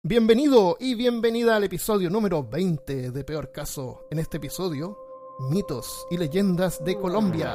Bienvenido y bienvenida al episodio número 20 de Peor Caso. En este episodio, mitos y leyendas de Colombia.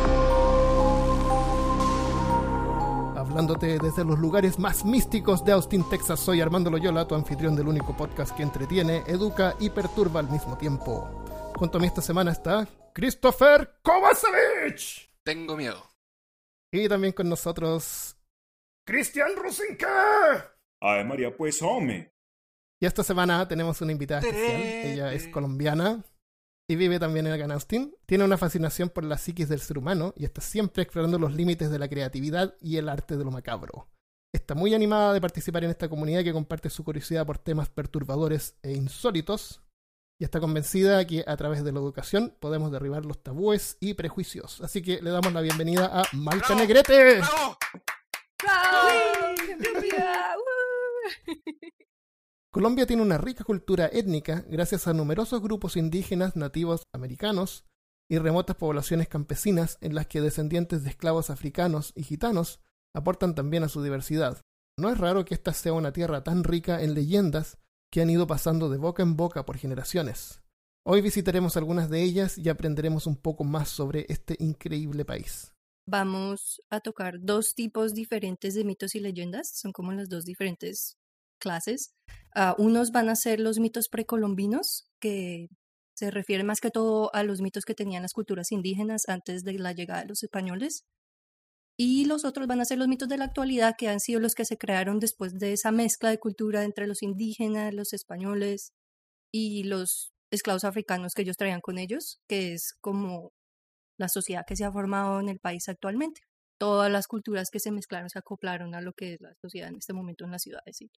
Hablándote desde los lugares más místicos de Austin, Texas, soy Armando Loyola, tu anfitrión del único podcast que entretiene, educa y perturba al mismo tiempo. Junto a mí esta semana está Christopher Kovacevic. Tengo miedo. Y también con nosotros, Cristian Rusinque. Ay, María, pues, hombre. Y esta semana tenemos una invitada especial. Ella es colombiana y vive también acá en Austin. Tiene una fascinación por la psiquis del ser humano y está siempre explorando los límites de la creatividad y el arte de lo macabro. Está muy animada de participar en esta comunidad que comparte su curiosidad por temas perturbadores e insólitos. Y está convencida que a través de la educación podemos derribar los tabúes y prejuicios. Así que le damos la bienvenida a Malca Negrete. ¡Bravo! Colombia tiene una rica cultura étnica gracias a numerosos grupos indígenas nativos americanos y remotas poblaciones campesinas en las que descendientes de esclavos africanos y gitanos aportan también a su diversidad. No es raro que esta sea una tierra tan rica en leyendas que han ido pasando de boca en boca por generaciones. Hoy visitaremos algunas de ellas y aprenderemos un poco más sobre este increíble país. Vamos a tocar dos tipos diferentes de mitos y leyendas, son como las dos diferentes clases. Unos van a ser los mitos precolombinos, que se refieren más que todo a los mitos que tenían las culturas indígenas antes de la llegada de los españoles. Y los otros van a ser los mitos de la actualidad, que han sido los que se crearon después de esa mezcla de cultura entre los indígenas, los españoles y los esclavos africanos que ellos traían con ellos, que es como la sociedad que se ha formado en el país actualmente. Todas las culturas que se mezclaron se acoplaron a lo que es la sociedad en este momento en las ciudades. ¿Sí?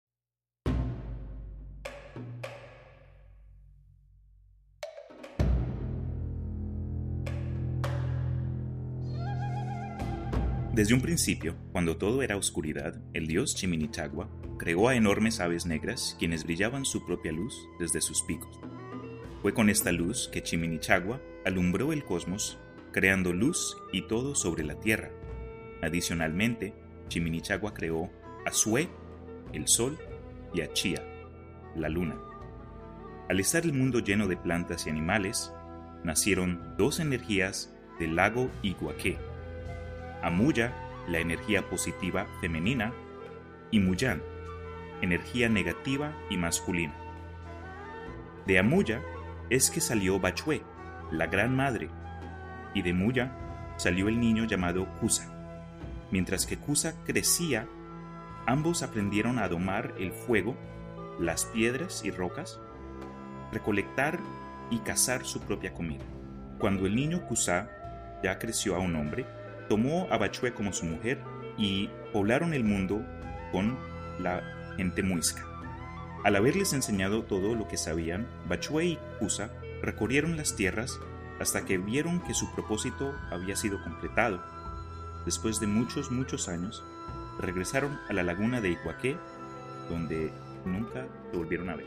Desde un principio, cuando todo era oscuridad, el dios Chiminichagua creó a enormes aves negras quienes brillaban su propia luz desde sus picos. Fue con esta luz que Chiminichagua alumbró el cosmos, creando luz y todo sobre la tierra. Adicionalmente, Chiminichagua creó a Sué, el sol, y a Chía, la luna. Al estar el mundo lleno de plantas y animales, nacieron dos energías del lago Iguaque: Amuya, la energía positiva femenina, y Muyán, energía negativa y masculina. De Amuya es que salió Bachué, la gran madre, y de Muya salió el niño llamado Cusa. Mientras que Cusa crecía, ambos aprendieron a domar el fuego, las piedras y rocas, recolectar y cazar su propia comida. Cuando el niño Cusa ya creció a un hombre, tomó a Bachué como su mujer y poblaron el mundo con la gente muisca. Al haberles enseñado todo lo que sabían, Bachué y Cusa recorrieron las tierras hasta que vieron que su propósito había sido completado. Después de muchos años, regresaron a la laguna de Iguaque, donde nunca se volvieron a ver.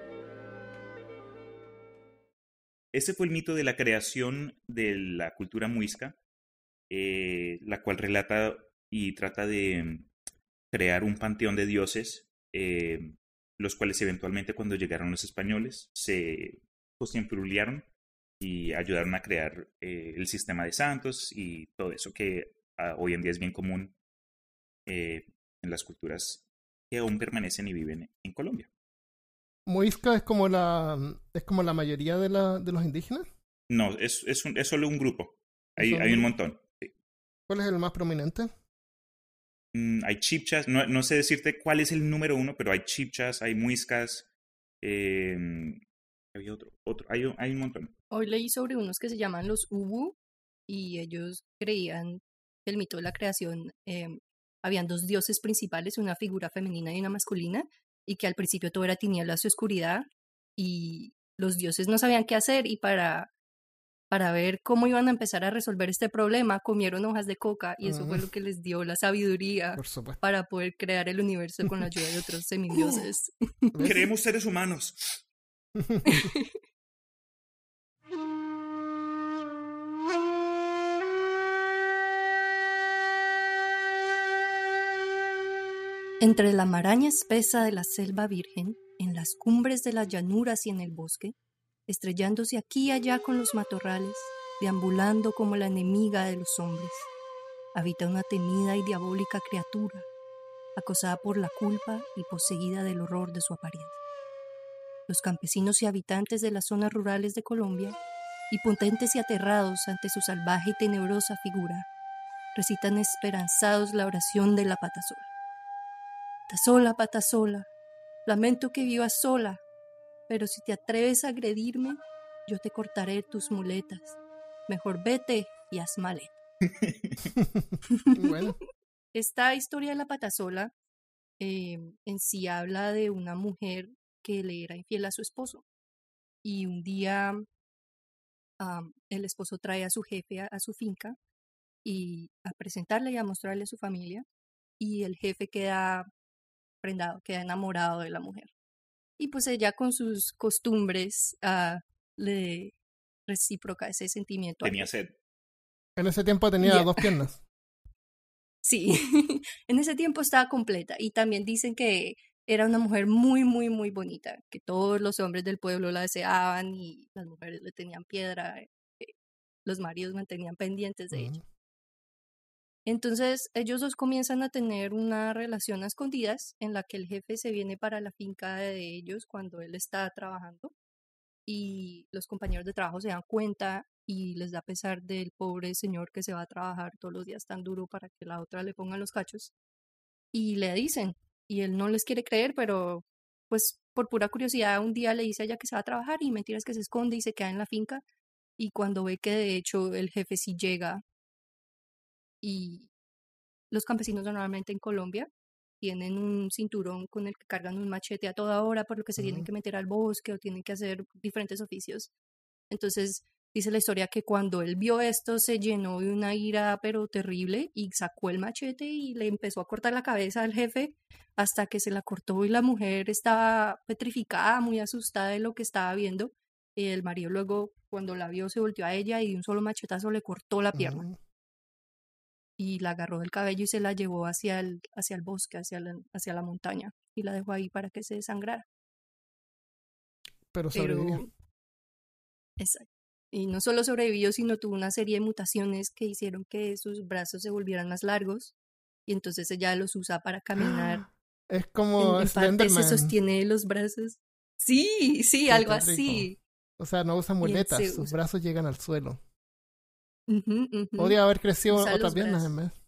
Ese fue el mito de la creación de la cultura muisca, la cual relata y trata de crear un panteón de dioses, los cuales eventualmente, cuando llegaron los españoles, se enfuruliaron y ayudaron a crear el sistema de santos y todo eso que hoy en día es bien común en las culturas que aún permanecen y viven en Colombia. ¿Muisca es como la mayoría de los indígenas? No, es solo un grupo. Hay un montón. Sí. ¿Cuál es el más prominente? Hay chipchas, no sé decirte cuál es el número uno, pero hay chipchas, hay muiscas, había otro, hay un montón. Hoy leí sobre unos que se llaman los Ubu y ellos creían que el mito de la creación habían dos dioses principales, una figura femenina y una masculina, y que al principio todo era tinieblas y oscuridad y los dioses no sabían qué hacer, y para ver cómo iban a empezar a resolver este problema comieron hojas de coca y eso fue lo que les dio la sabiduría para poder crear el universo con la ayuda de otros semidioses. Queremos seres humanos. Entre la maraña espesa de la selva virgen, en las cumbres de las llanuras y en el bosque, estrellándose aquí y allá con los matorrales, deambulando como la enemiga de los hombres, habita una temida y diabólica criatura, acosada por la culpa y poseída del horror de su apariencia. Los campesinos y habitantes de las zonas rurales de Colombia, impotentes y aterrados ante su salvaje y tenebrosa figura, recitan esperanzados la oración de la patasola. Patasola, patasola, lamento que vivas sola, pero si te atreves a agredirme, yo te cortaré tus muletas. Mejor vete y haz maleta. Bueno. Esta historia de la patasola en sí habla de una mujer que le era infiel a su esposo. Y un día el esposo trae a su jefe a su finca y a presentarle y a mostrarle a su familia. Y el jefe queda prendado, queda enamorado de la mujer. Y pues ella con sus costumbres le recíproca ese sentimiento. Tenía sed. En ese tiempo tenía 2 piernas. Sí, en ese tiempo estaba completa. Y también dicen que era una mujer muy, muy, muy bonita, que todos los hombres del pueblo la deseaban y las mujeres le tenían piedra, los maridos mantenían pendientes de ella. Entonces ellos dos comienzan a tener una relación a escondidas en la que el jefe se viene para la finca de ellos cuando él está trabajando y los compañeros de trabajo se dan cuenta y les da pesar del pobre señor que se va a trabajar todos los días tan duro para que la otra le ponga los cachos y le dicen y él no les quiere creer, pero pues por pura curiosidad un día le dice a ella que se va a trabajar y mentiras que se esconde y se queda en la finca y cuando ve que de hecho el jefe sí llega. Y los campesinos normalmente en Colombia tienen un cinturón con el que cargan un machete a toda hora, por lo que se tienen que meter al bosque o tienen que hacer diferentes oficios. Entonces dice la historia que cuando él vio esto se llenó de una ira pero terrible y sacó el machete y le empezó a cortar la cabeza al jefe hasta que se la cortó y la mujer estaba petrificada, muy asustada de lo que estaba viendo. Y el marido luego cuando la vio se volteó a ella y de un solo machetazo le cortó la pierna. Y la agarró del cabello y se la llevó hacia el bosque, hacia la montaña, y la dejó ahí para que se desangrara. Pero sobrevivió. Exacto. Y no solo sobrevivió, sino tuvo una serie de mutaciones que hicieron que sus brazos se volvieran más largos, y entonces ella los usa para caminar. Es como Slenderman. Se sostiene de los brazos. Sí, sí, algo así. O sea, no usa muletas, sus brazos llegan al suelo. Podría haber crecido otras piernas en vez.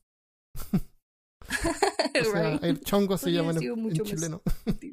O sea, el chongo se llama en chileno.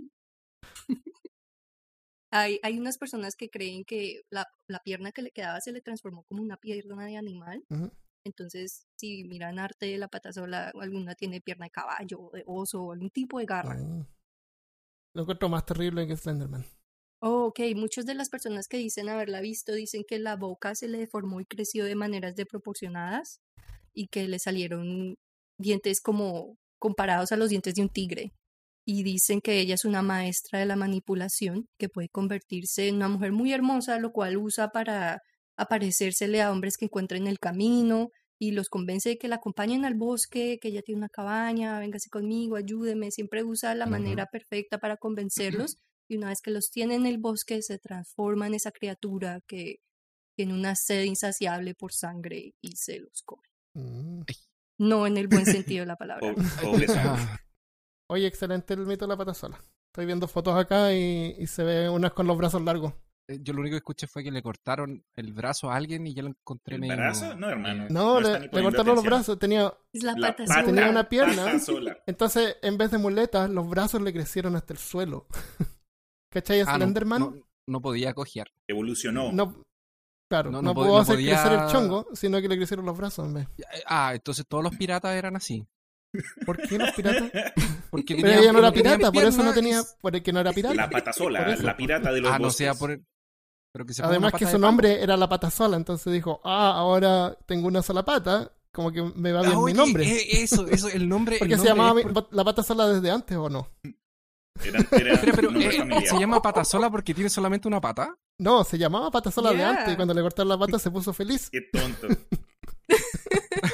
Hay unas personas que creen que la pierna que le quedaba se le transformó como una pierna de animal. Entonces, si miran arte de la patasola, alguna tiene pierna de caballo, de oso o algún tipo de garra. Lo encuentro más terrible que Slenderman. Ok, muchas de las personas que dicen haberla visto dicen que la boca se le deformó y creció de maneras desproporcionadas y que le salieron dientes como comparados a los dientes de un tigre. Y dicen que ella es una maestra de la manipulación que puede convertirse en una mujer muy hermosa, lo cual usa para aparecérsele a hombres que encuentra en el camino y los convence de que la acompañen al bosque, que ella tiene una cabaña, véngase conmigo, ayúdeme. Siempre usa la manera perfecta para convencerlos. Y una vez que los tiene en el bosque, se transforma en esa criatura que tiene una sed insaciable por sangre y se los come. No en el buen sentido de la palabra. Oye, excelente el mito de la patasola. Estoy viendo fotos acá y se ve unas con los brazos largos. Yo lo único que escuché fue que le cortaron el brazo a alguien y ya lo encontré medio... ¿El brazo? No, hermano. No, le cortaron los brazos. Tenía una pierna. Patasola. Entonces, en vez de muletas, los brazos le crecieron hasta el suelo. ¿Cachai? Slenderman no podía cojear. Evolucionó. No pudo hacer crecer el chongo, sino que le crecieron los brazos en vez. Entonces todos los piratas eran así. ¿Por qué los piratas? Porque pero ella no era pirata, por eso no tenía... Porque no era pirata. La patasola, la pirata de los bosques. No sea por... Pero que se además que su nombre era la patasola, entonces dijo, ahora tengo una sola pata, como que me va bien mi nombre. Eso, el nombre... Porque se llamaba la patasola desde antes, ¿o no? Pero ¿se llama patasola porque tiene solamente una pata? No, se llamaba patasola de antes y cuando le cortaron la pata se puso feliz. Qué tonto.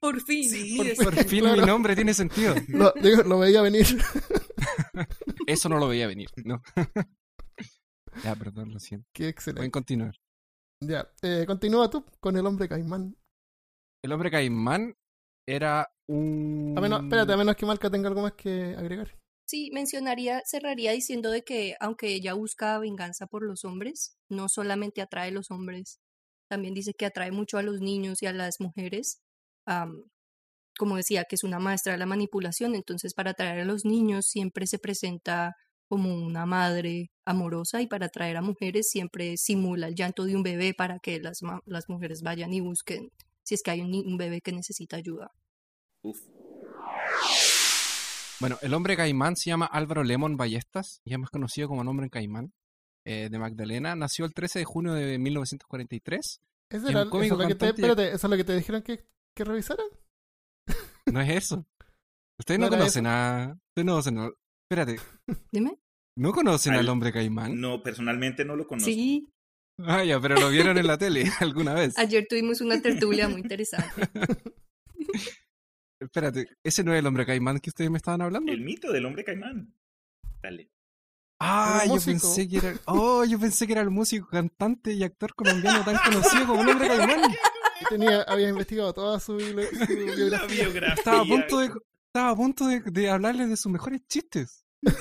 Por fin. Sí, por fin claro. Mi nombre tiene sentido. Lo veía venir. Eso no lo veía venir, no. Ya, perdón, lo siento. Qué excelente. Pueden continuar. Ya, continúa tú con el hombre caimán. El hombre caimán era un... Espérate, a menos que Malca tenga algo más que agregar. Sí, cerraría diciendo de que aunque ella busca venganza por los hombres, no solamente atrae a los hombres, también dice que atrae mucho a los niños y a las mujeres. Como decía, que es una maestra de la manipulación, entonces para atraer a los niños siempre se presenta como una madre amorosa y para atraer a mujeres siempre simula el llanto de un bebé para que las mujeres vayan y busquen si es que hay un bebé que necesita ayuda. Uf. Bueno, el hombre caimán se llama Álvaro Lemon Ballestas, y es más conocido como nombre en caimán, de Magdalena. Nació el 13 de junio de 1943. ¿Eso es lo que te dijeron que revisaran? No es eso. Ustedes no conocen a... Ustedes no conocen a... Espérate. Dime. ¿No conocen al hombre caimán? No, personalmente no lo conozco. Sí. Ah, ya, pero lo vieron en la tele alguna vez. Ayer tuvimos una tertulia muy interesante. Espérate, ¿ese no es el hombre caimán que ustedes me estaban hablando? El mito del hombre caimán. Dale. Ah, yo pensé que era el músico, cantante y actor colombiano tan conocido como el hombre caimán. Había investigado toda su biografía. Estaba a punto de hablarles de sus mejores chistes.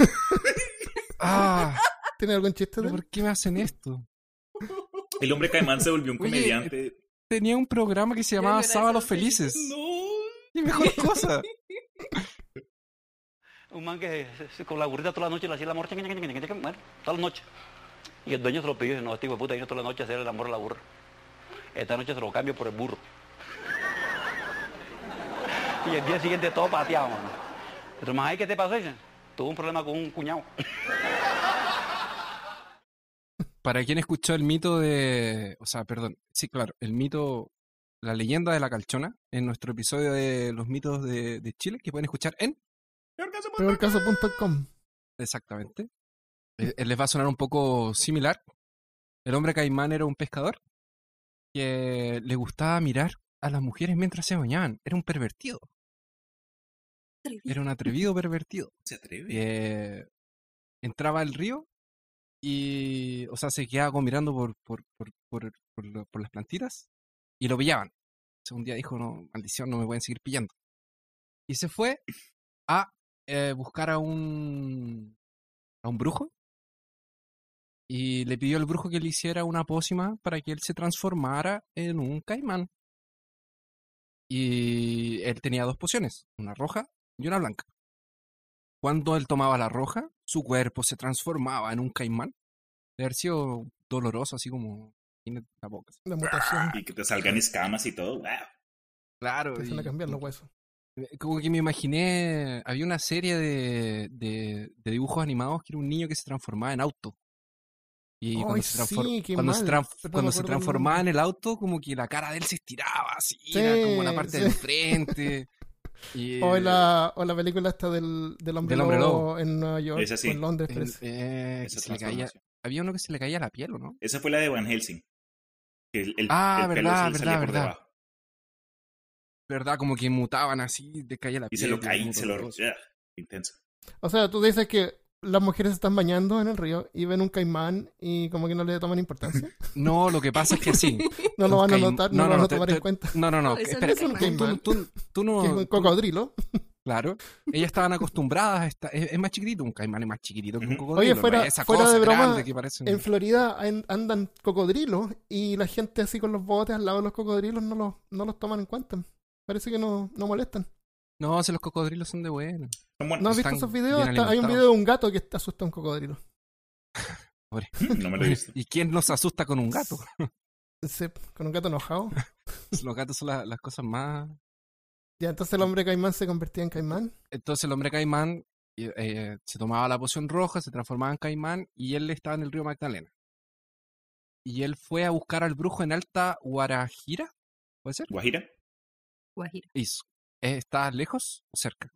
¿Tiene algún chiste? ¿Por qué me hacen esto? El hombre caimán se volvió un comediante. Oye, tenía un programa que se llamaba Sábados Felices. No. ¡Qué mejor cosa! Un man que con la burrita toda la noche le hacía el amor, bueno, toda la noche. Y el dueño se lo pidió y dice, no, este hijo de puta viene toda la noche a hacer el amor a la burra. Esta noche se lo cambio por el burro. Y el día siguiente todo pateado, mano. Pero más ahí, ¿qué te pasó? Dice, tuve un problema con un cuñado. Para quien escuchó el mito de... O sea, perdón. Sí, claro. El mito... La leyenda de la calchona. En nuestro episodio de los mitos de Chile. Que pueden escuchar en... peorcaso.com. Exactamente. Les va a sonar un poco similar. El hombre caimán era un pescador que le gustaba mirar a las mujeres mientras se bañaban. Era un pervertido. Era un atrevido pervertido. Se atreve. Entraba al río y, o sea, se quedaba como mirando por las plantitas y lo pillaban. O sea, un día dijo, no, maldición, no me pueden seguir pillando. Y se fue a buscar a un brujo y le pidió al brujo que le hiciera una pócima para que él se transformara en un caimán. Y él tenía 2 pociones, una roja y una blanca. Cuando él tomaba la roja, su cuerpo se transformaba en un caimán. Debe haber sido doloroso, así como en la boca. La mutación. Y que te salgan escamas y todo. ¡Wow! Claro. Empiezan a cambiar los huesos. Como que me imaginé, había una serie de dibujos animados que era un niño que se transformaba en auto. Y cuando se transformaba en el auto, como que la cara de él se estiraba así, era como la parte del frente. Y, o la película esta del hombre lobo en Nueva York, sí. O en Londres. Había uno que se le caía la piel, ¿o no? Esa fue la de Van Helsing. El verdad. ¿Verdad? Como que mutaban así, te caía la piel. Y se lo caía, intenso. O sea, tú dices que las mujeres se están bañando en el río y ven un caimán y como que no le toman importancia. No, lo que pasa es que sí. No lo van a notar, no lo van a tomar en cuenta. No. Espera, es un caimán. Tú no... Que es un cocodrilo. Claro. Ellas estaban acostumbradas es más chiquitito, un caimán es más chiquitito que un cocodrilo. Oye, fuera de broma, que parece en Florida andan cocodrilos y la gente así con los botes al lado de los cocodrilos no los toman en cuenta. Parece que no molestan. No, si los cocodrilos son de buenos. ¿No has visto esos videos? Hay un video de un gato que asusta a un cocodrilo. Pobre. No me lo he visto. ¿Y quién nos asusta con un gato? Sí, con un gato enojado. Los gatos son las cosas más... Ya, entonces el hombre caimán se convertía en caimán. Entonces el hombre caimán se tomaba la poción roja, se transformaba en caimán y él estaba en el río Magdalena. Y él fue a buscar al brujo en Alta Guarajira, ¿puede ser? ¿Guajira? Eso. ¿Está lejos o cerca?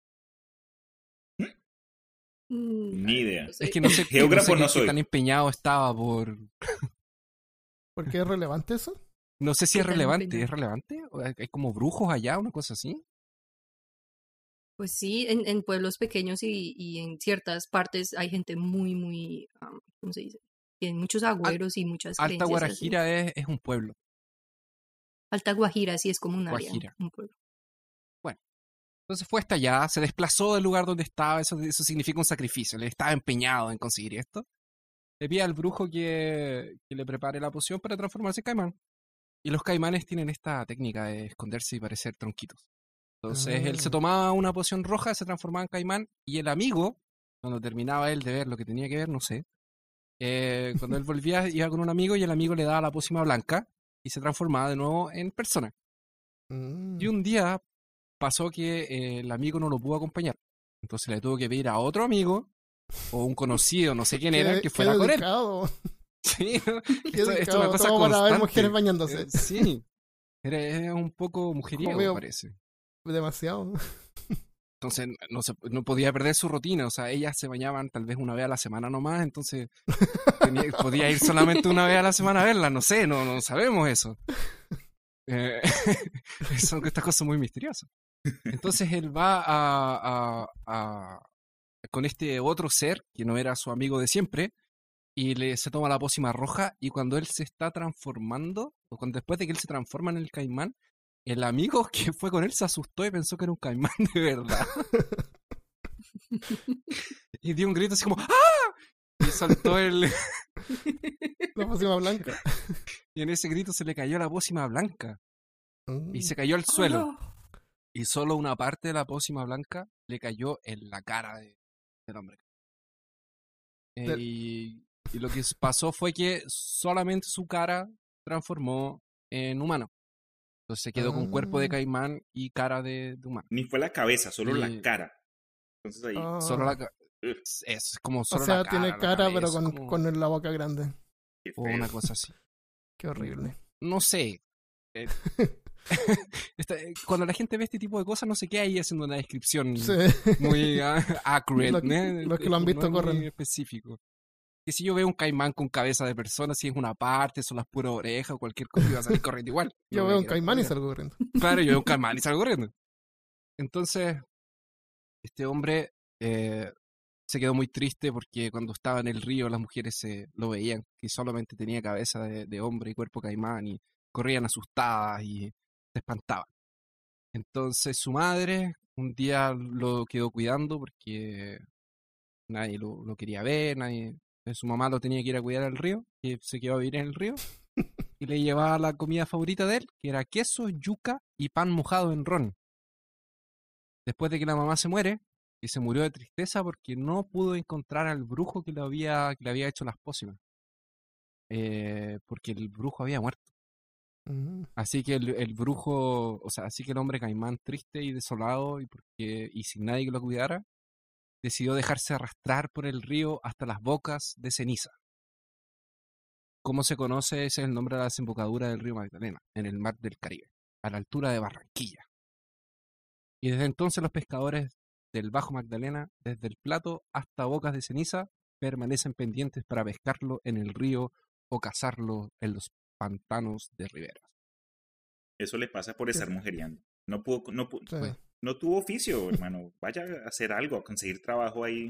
Ni idea. Es que no sé, Geógrafo no sé no soy. Qué tan empeñado estaba por... ¿Por qué es relevante eso? No sé si ¿Qué es tan relevante. impregnante? ¿Es relevante? ¿O hay como brujos allá, una cosa así? Pues sí, en pueblos pequeños y en ciertas partes hay gente muy, ¿cómo se dice? Tienen muchos agüeros y muchas Alta creencias así. Guarajira es un pueblo. Alta Guajira sí es como un área, Guajira. un pueblo. Bueno, entonces fue hasta allá, se desplazó del lugar donde estaba, eso significa un sacrificio, le estaba empeñado en conseguir esto. Le pide al brujo que le prepare la poción para transformarse en caimán. Y los caimanes tienen esta técnica de esconderse y parecer tronquitos. Entonces él se tomaba una poción roja, se transformaba en caimán, y el amigo, cuando terminaba él de ver lo que tenía que ver, no sé, cuando él volvía iba con un amigo y el amigo le daba la pócima blanca y se transformaba de nuevo en persona. Y un día pasó que el amigo no lo pudo acompañar. Entonces le tuvo que pedir a otro amigo o un conocido, no sé quién era, que fuera con él. Sí, ¿no? Esto es una cosa todo para ver constante. mujeres bañándose. Sí, era un poco mujeriego, parece. Demasiado. Entonces no podía perder su rutina, o sea, ellas se bañaban tal vez una vez a la semana nomás, entonces podía ir solamente una vez a la semana a verla, no sé, no sabemos eso. Son estas cosas muy misteriosas. Entonces él va con este otro ser, que no era su amigo de siempre, y se toma la pócima roja, y cuando él se está transformando, después de que él se transforma en el caimán, el amigo que fue con él se asustó y pensó que era un caimán de verdad. Y dio un grito así como ¡ah! Y saltó la pócima blanca. Y en ese grito se le cayó la pócima blanca. Y se cayó al suelo. Oh, no. Y solo una parte de la pócima blanca le cayó en la cara del hombre. Y lo que pasó fue que solamente su cara transformó en humano. Entonces se quedó con cuerpo de caimán y cara de humano. Ni fue la cabeza, solo la cara. Entonces ahí... Solo la cara. Es como solo o sea, la cara. tiene cara, pero como... con la boca grande. O una cosa así. Qué horrible. No sé. Cuando la gente ve este tipo de cosas, no se queda ahí haciendo una descripción muy accurate. Los que lo han visto no es corren. muy específico. Que si yo veo un caimán con cabeza de persona, si es una parte, son las puras orejas o cualquier cosa, iba a salir corriendo igual. Yo veo un caimán y salgo corriendo. Claro, yo veo un caimán y salgo corriendo. Entonces, este hombre se quedó muy triste porque cuando estaba en el río las mujeres lo veían que solamente tenía cabeza de hombre y cuerpo caimán y corrían asustadas y se espantaban. Entonces su madre un día lo quedó cuidando porque nadie lo quería ver, su mamá lo tenía que ir a cuidar al río y se quedó a vivir en el río y le llevaba la comida favorita de él, que era queso, yuca y pan mojado en ron. Después de que la mamá se muere, y se murió de tristeza porque no pudo encontrar al brujo que le había hecho las pócimas. Porque el brujo había muerto. Así que el brujo, o sea, así que el hombre caimán triste y desolado y sin nadie que lo cuidara, decidió dejarse arrastrar por el río hasta las bocas de ceniza. ¿Cómo se conoce? Ese es el nombre de la desembocadura del río Magdalena, en el mar del Caribe, a la altura de Barranquilla. Y desde entonces los pescadores del Bajo Magdalena, desde el Plato hasta Bocas de Ceniza, permanecen pendientes para pescarlo en el río o cazarlo en los pantanos de riberas. Eso le pasa por estar mujeriando. No tuvo oficio, hermano. Vaya a hacer algo, a conseguir trabajo ahí.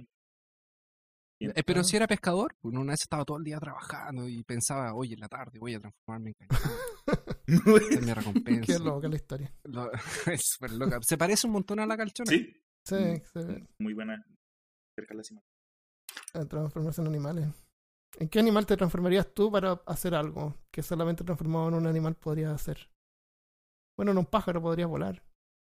Pero si era pescador, pues una vez estaba todo el día trabajando y pensaba, oye, en la tarde voy a transformarme en caimán. Esta es mi recompensa. Qué loca la historia. Es súper loca. Se parece un montón a la calchona. Sí. Muy buena. Cerca de la cima. Transformarse en animales. ¿En qué animal te transformarías tú para hacer algo que solamente transformado en un animal podrías hacer? Bueno, en un pájaro podrías volar.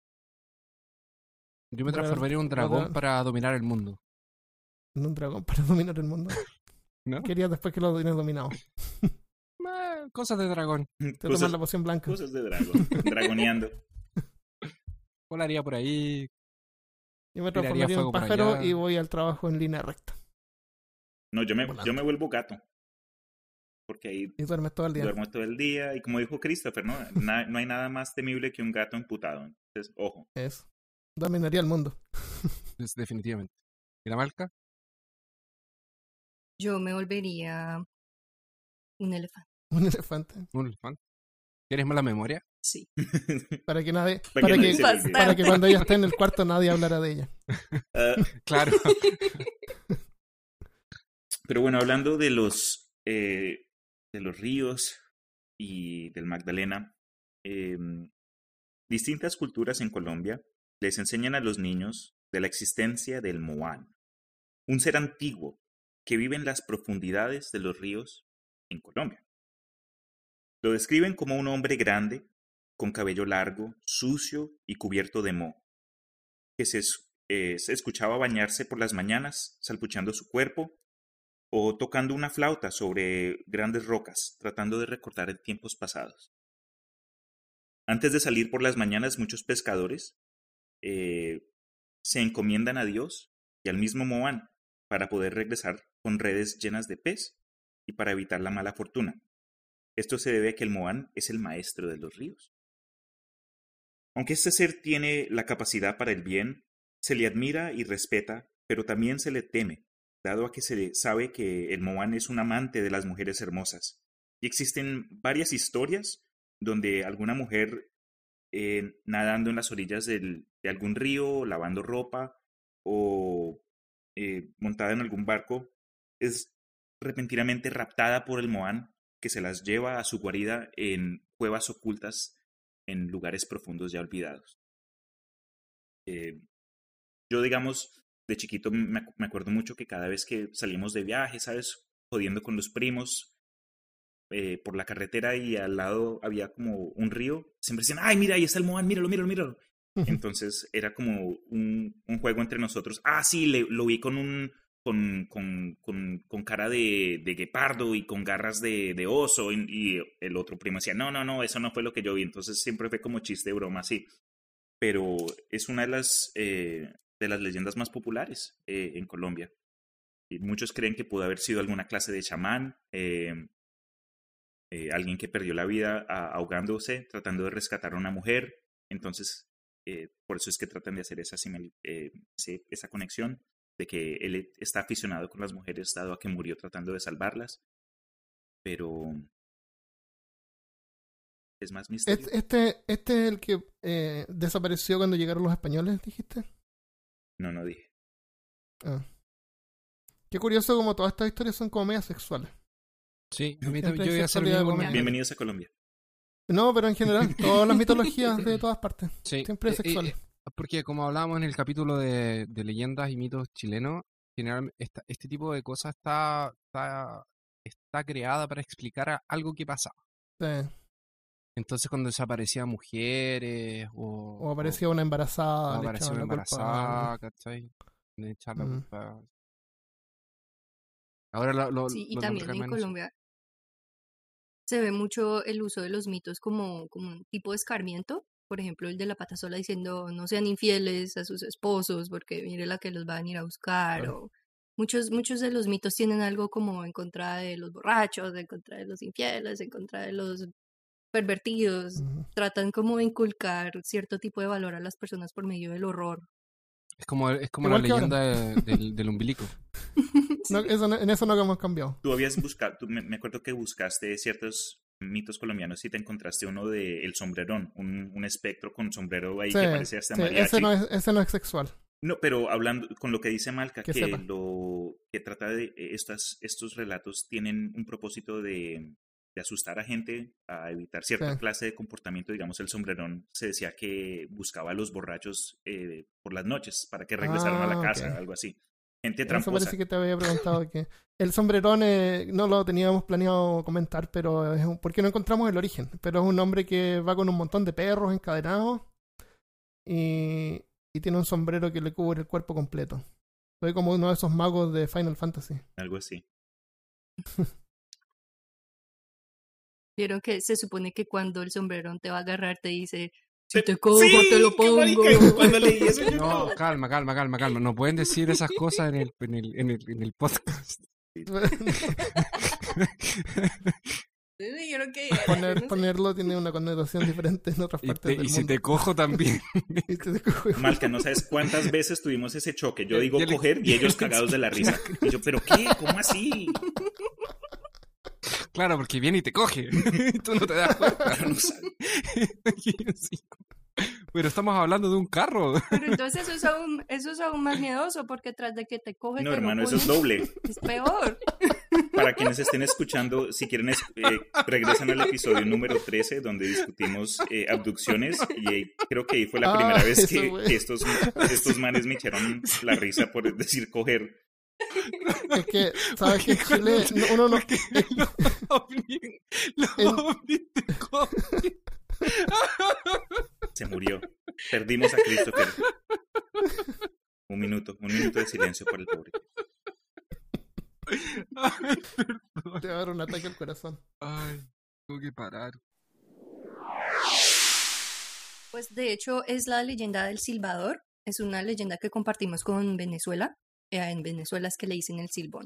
Yo me transformaría en un dragón para dominar el mundo. En un dragón para dominar el mundo. ¿No? ¿Qué harías después que lo tienes dominado? Cosas de dragón. Te tomas la poción blanca. Cosas de dragón. Dragoneando. Volaría por ahí. Yo me transformaría en un pájaro y voy al trabajo en línea recta. No, yo me vuelvo gato. Porque ahí y duermes todo el día. Duermo todo el día. Y como dijo Christopher, ¿no? No hay nada más temible que un gato emputado. Entonces, ojo. Eso. Dominaría el mundo. Definitivamente. ¿Y la Malca? Yo me volvería un elefante. Un elefante. Un elefante. ¿Tienes mala memoria? Sí. Para que nadie, Para que nadie se le olvide. para que cuando ella esté en el cuarto nadie hablara de ella. Ah, Claro. pero bueno, hablando de los ríos y del Magdalena, distintas culturas en Colombia les enseñan a los niños de la existencia del Moán, un ser antiguo que vive en las profundidades de los ríos en Colombia. Lo describen como un hombre grande, con cabello largo, sucio y cubierto de moho, que se escuchaba bañarse por las mañanas, salpuchando su cuerpo o tocando una flauta sobre grandes rocas, tratando de recordar tiempos pasados. Antes de salir por las mañanas, muchos pescadores se encomiendan a Dios y al mismo Moán para poder regresar con redes llenas de pez y para evitar la mala fortuna. Esto se debe a que el Moán es el maestro de los ríos. Aunque este ser tiene la capacidad para el bien, se le admira y respeta, pero también se le teme, dado a que se le sabe que el Moán es un amante de las mujeres hermosas. Y existen varias historias donde alguna mujer nadando en las orillas de algún río, lavando ropa o montada en algún barco, es repentinamente raptada por el Moán, que se las lleva a su guarida en cuevas ocultas en lugares profundos ya olvidados. Yo, digamos, de chiquito me acuerdo mucho que cada vez que salíamos de viaje, ¿sabes? Jodiendo con los primos por la carretera y al lado había como un río, siempre decían, ¡ay, mira, ahí está el Moán, míralo, míralo, míralo! Entonces era como un juego entre nosotros. Ah, sí, lo vi con cara de guepardo y con garras de oso, y el otro primo decía, no, eso no fue lo que yo vi. Entonces siempre fue como chiste, broma, así. Pero es una de las leyendas más populares en Colombia. Y muchos creen que pudo haber sido alguna clase de chamán, alguien que perdió la vida ahogándose, tratando de rescatar a una mujer. Entonces, por eso es que tratan de hacer esa conexión de que él está aficionado con las mujeres, dado a que murió tratando de salvarlas. Pero es más misterio. Este es el que desapareció cuando llegaron los españoles, ¿dijiste? No dije. Ah. Qué curioso como todas estas historias son como medias sexuales. Sí, yo Siempre voy a hacer sexualidad algo con- Bienvenidos a Colombia. No, pero en general, todas las mitologías de todas partes. Sí. Siempre es sexual. Porque como hablábamos en el capítulo de leyendas y mitos chilenos, generalmente este tipo de cosas está creada para explicar algo que pasaba. Sí. Entonces cuando desaparecían mujeres o aparecía una embarazada, o le aparecía echaban una la culpa a embarazada, alguien. ¿cachai? Le echaban la Mm. culpa. Ahora Sí, y lo también nombran en menos. Colombia se ve mucho el uso de los mitos como un tipo de escarmiento. Por ejemplo, el de la pata sola diciendo no sean infieles a sus esposos porque mire la que los van a ir a buscar. Claro. O muchos de los mitos tienen algo como en contra de los borrachos, en contra de los infieles, en contra de los pervertidos. Ujú. Tratan como de inculcar cierto tipo de valor a las personas por medio del horror. Es como la Igual que leyenda del umbilico. No, en eso no hemos cambiado. Tú habías buscado, me acuerdo que buscaste ciertos mitos colombianos y te encontraste uno de El Sombrerón, un espectro con sombrero ahí Sí, que parecía hasta sí, mariachi. ese no es sexual. No, pero hablando con lo que dice Malca, Que que sepa. lo que trata de estos relatos tienen un propósito de asustar a gente, a evitar cierta Sí. clase de comportamiento. Digamos, el Sombrerón se decía que buscaba a los borrachos por las noches para que regresaran a la casa, ok. algo así. Gente Eso tramposa. parece que te había preguntado que el sombrerón no lo teníamos planeado comentar, pero porque no encontramos el origen. Pero es un hombre que va con un montón de perros encadenados y tiene un sombrero que le cubre el cuerpo completo. Soy como uno de esos magos de Final Fantasy. Algo así. Vieron que se supone que cuando el sombrerón te va a agarrar te dice, si Sí, te cojo te lo qué pongo. marica, cuando leí eso yo No, calma. No pueden decir esas cosas en el podcast. Dijeron que Ponerlo tiene una connotación diferente en otras partes del Y si mundo. te cojo también. Y te cojo. Malca, no sabes cuántas veces tuvimos ese choque. Yo digo Ya le- coger y ellos cagados de la risa. Y yo, ¿pero qué? ¿Cómo así? Claro, porque viene y te coge. Tú no te das cuenta. Pero no sabe. Sí. Pero estamos hablando de un carro. Pero entonces eso es aún más miedoso, porque tras de que te coge, No, te hermano, lo eso es pone. doble. Es peor. Para quienes estén escuchando, si quieren, regresan al episodio número 13, donde discutimos abducciones, y creo que ahí fue la primera vez eso, que güey. estos manes me echaron la risa por decir coger. Es que, ¿sabes que en Chile uno no... Los ovnis te cogen. Se murió. Perdimos a Christopher. Un minuto de silencio por el pobre. Ay, perdón. Te va a dar un ataque al corazón. Ay, tengo que parar. Pues de hecho es la leyenda del silbador. Es una leyenda que compartimos con Venezuela. En Venezuela es que le dicen el silbón.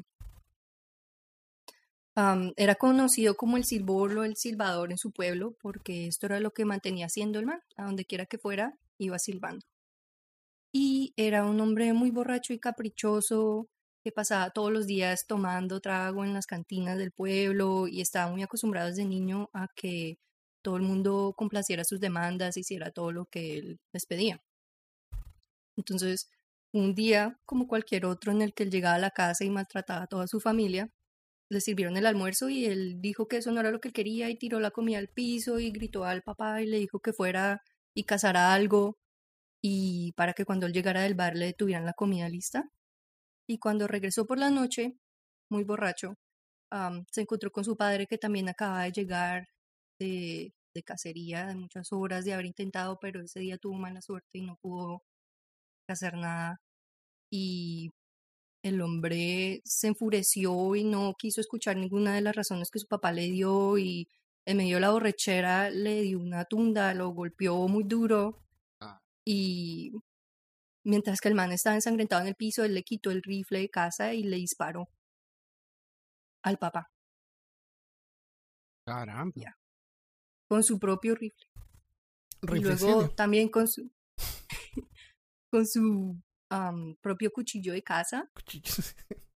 Era conocido como el silbón o el silbador en su pueblo porque esto era lo que mantenía haciendo el man. A donde quiera que fuera, iba silbando. Y era un hombre muy borracho y caprichoso que pasaba todos los días tomando trago en las cantinas del pueblo y estaba muy acostumbrado desde niño a que todo el mundo complaciera sus demandas, hiciera todo lo que él les pedía. Entonces, un día, como cualquier otro en el que él llegaba a la casa y maltrataba a toda su familia, le sirvieron el almuerzo y él dijo que eso no era lo que él quería y tiró la comida al piso y gritó al papá y le dijo que fuera y cazara algo y para que cuando él llegara del bar le tuvieran la comida lista. Y cuando regresó por la noche, muy borracho, se encontró con su padre que también acababa de llegar de cacería, de muchas horas de haber intentado, pero ese día tuvo mala suerte y no pudo hacer nada. Y el hombre se enfureció y no quiso escuchar ninguna de las razones que su papá le dio y en medio de la borrachera le dio una tunda, lo golpeó muy duro y mientras que el man estaba ensangrentado en el piso, él le quitó el rifle de caza y le disparó al papá. Caramba. Ya. Con su propio rifle. Y luego Riflecidio. también con su con su propio cuchillo de caza. Cuchillos.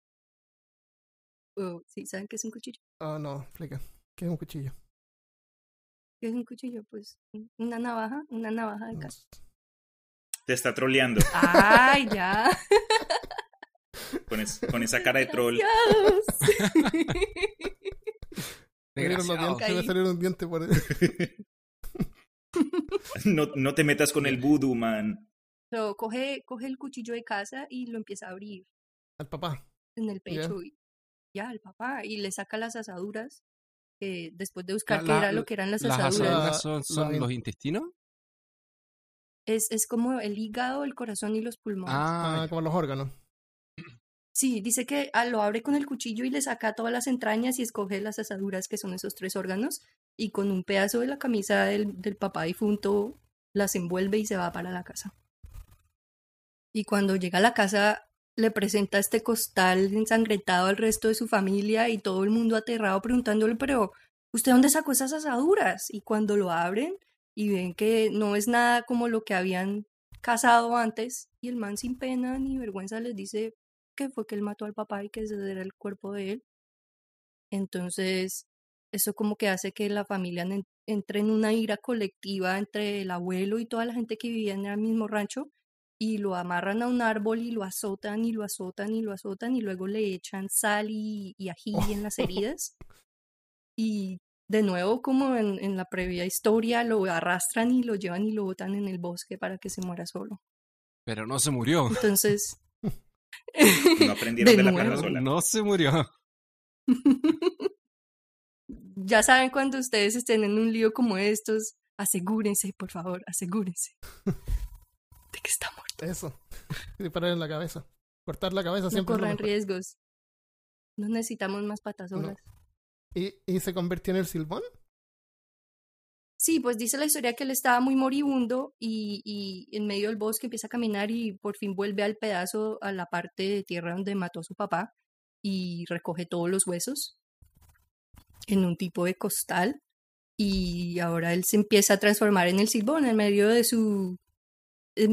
¿Sí saben qué es un cuchillo? Oh, no, explica. ¿Qué es un cuchillo? ¿Qué es un cuchillo? Pues una navaja de No caza. sé. Te está troleando ¡Ay, ya! con esa cara de troll. Me dieron los Desgraciado. dientes, me salieron un diente por No te metas con el voodoo, man. So, coge el cuchillo de caza y lo empieza a abrir al papá. en el pecho y ya, el papá, y le saca las asaduras. Después de buscar qué era lo que eran las asaduras. asaduras son La- los intestinos. Es como el hígado, el corazón y los pulmones. Ah, Como los órganos. Sí, dice que lo abre con el cuchillo y le saca todas las entrañas y escoge las asaduras, que son esos 3 órganos, y con un pedazo de la camisa del papá difunto las envuelve y se va para la casa. Y cuando llega a la casa le presenta este costal ensangrentado al resto de su familia y todo el mundo aterrado preguntándole, pero ¿usted dónde sacó esas asaduras? Y cuando lo abren y ven que no es nada como lo que habían cazado antes, y el man sin pena ni vergüenza les dice que fue que él mató al papá y que ese era el cuerpo de él. Entonces, eso como que hace que la familia entre en una ira colectiva entre el abuelo y toda la gente que vivía en el mismo rancho y lo amarran a un árbol y lo azotan y lo azotan y lo azotan y luego le echan sal y ají en las heridas. Y de nuevo, como en la previa historia, lo arrastran y lo llevan y lo botan en el bosque para que se muera solo. pero no se murió. Entonces... No aprendieron de la nuevo. plana sola. No se murió. Ya saben, cuando ustedes estén en un lío como estos, asegúrense, por favor, asegúrense de que está muerto. Eso. Disparar en la cabeza. Cortar la cabeza No siempre es lo corran mejor. riesgos. No necesitamos más patasolas. ¿Y se convirtió en el silbón? Sí, pues dice la historia que él estaba muy moribundo y en medio del bosque empieza a caminar y por fin vuelve al pedazo, a la parte de tierra donde mató a su papá y recoge todos los huesos en un tipo de costal y ahora él se empieza a transformar en el silbón en medio de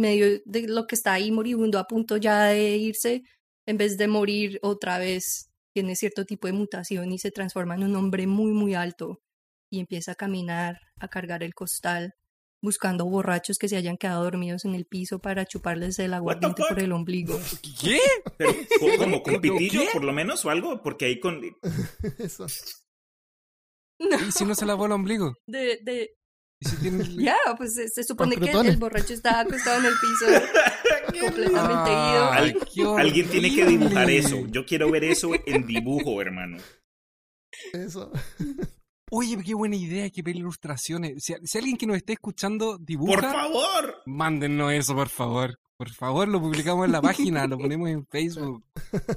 lo que está ahí moribundo a punto ya de irse, en vez de morir otra vez tiene cierto tipo de mutación y se transforma en un hombre muy, muy alto y empieza a caminar, a cargar el costal, buscando borrachos que se hayan quedado dormidos en el piso para chuparles el aguardiente fuck? por el ombligo. ¿Qué? Pero, ¿como con ¿Pero pitillo, qué? por lo menos, o algo? Porque ahí con... Eso. ¿Y si no se lavó el ombligo? ¿Y si tiene... Ya, pues se supone que crutones. el borracho estaba acostado en el piso, completamente ido. Ay, qué Alguien tiene que horrible. dibujar eso. Yo quiero ver eso en dibujo, hermano. Eso. Oye, qué buena idea, que ver ilustraciones. Si alguien que nos esté escuchando dibuja, ¡Por favor! mándennos eso, por favor. Por favor, lo publicamos en la página, lo ponemos en Facebook.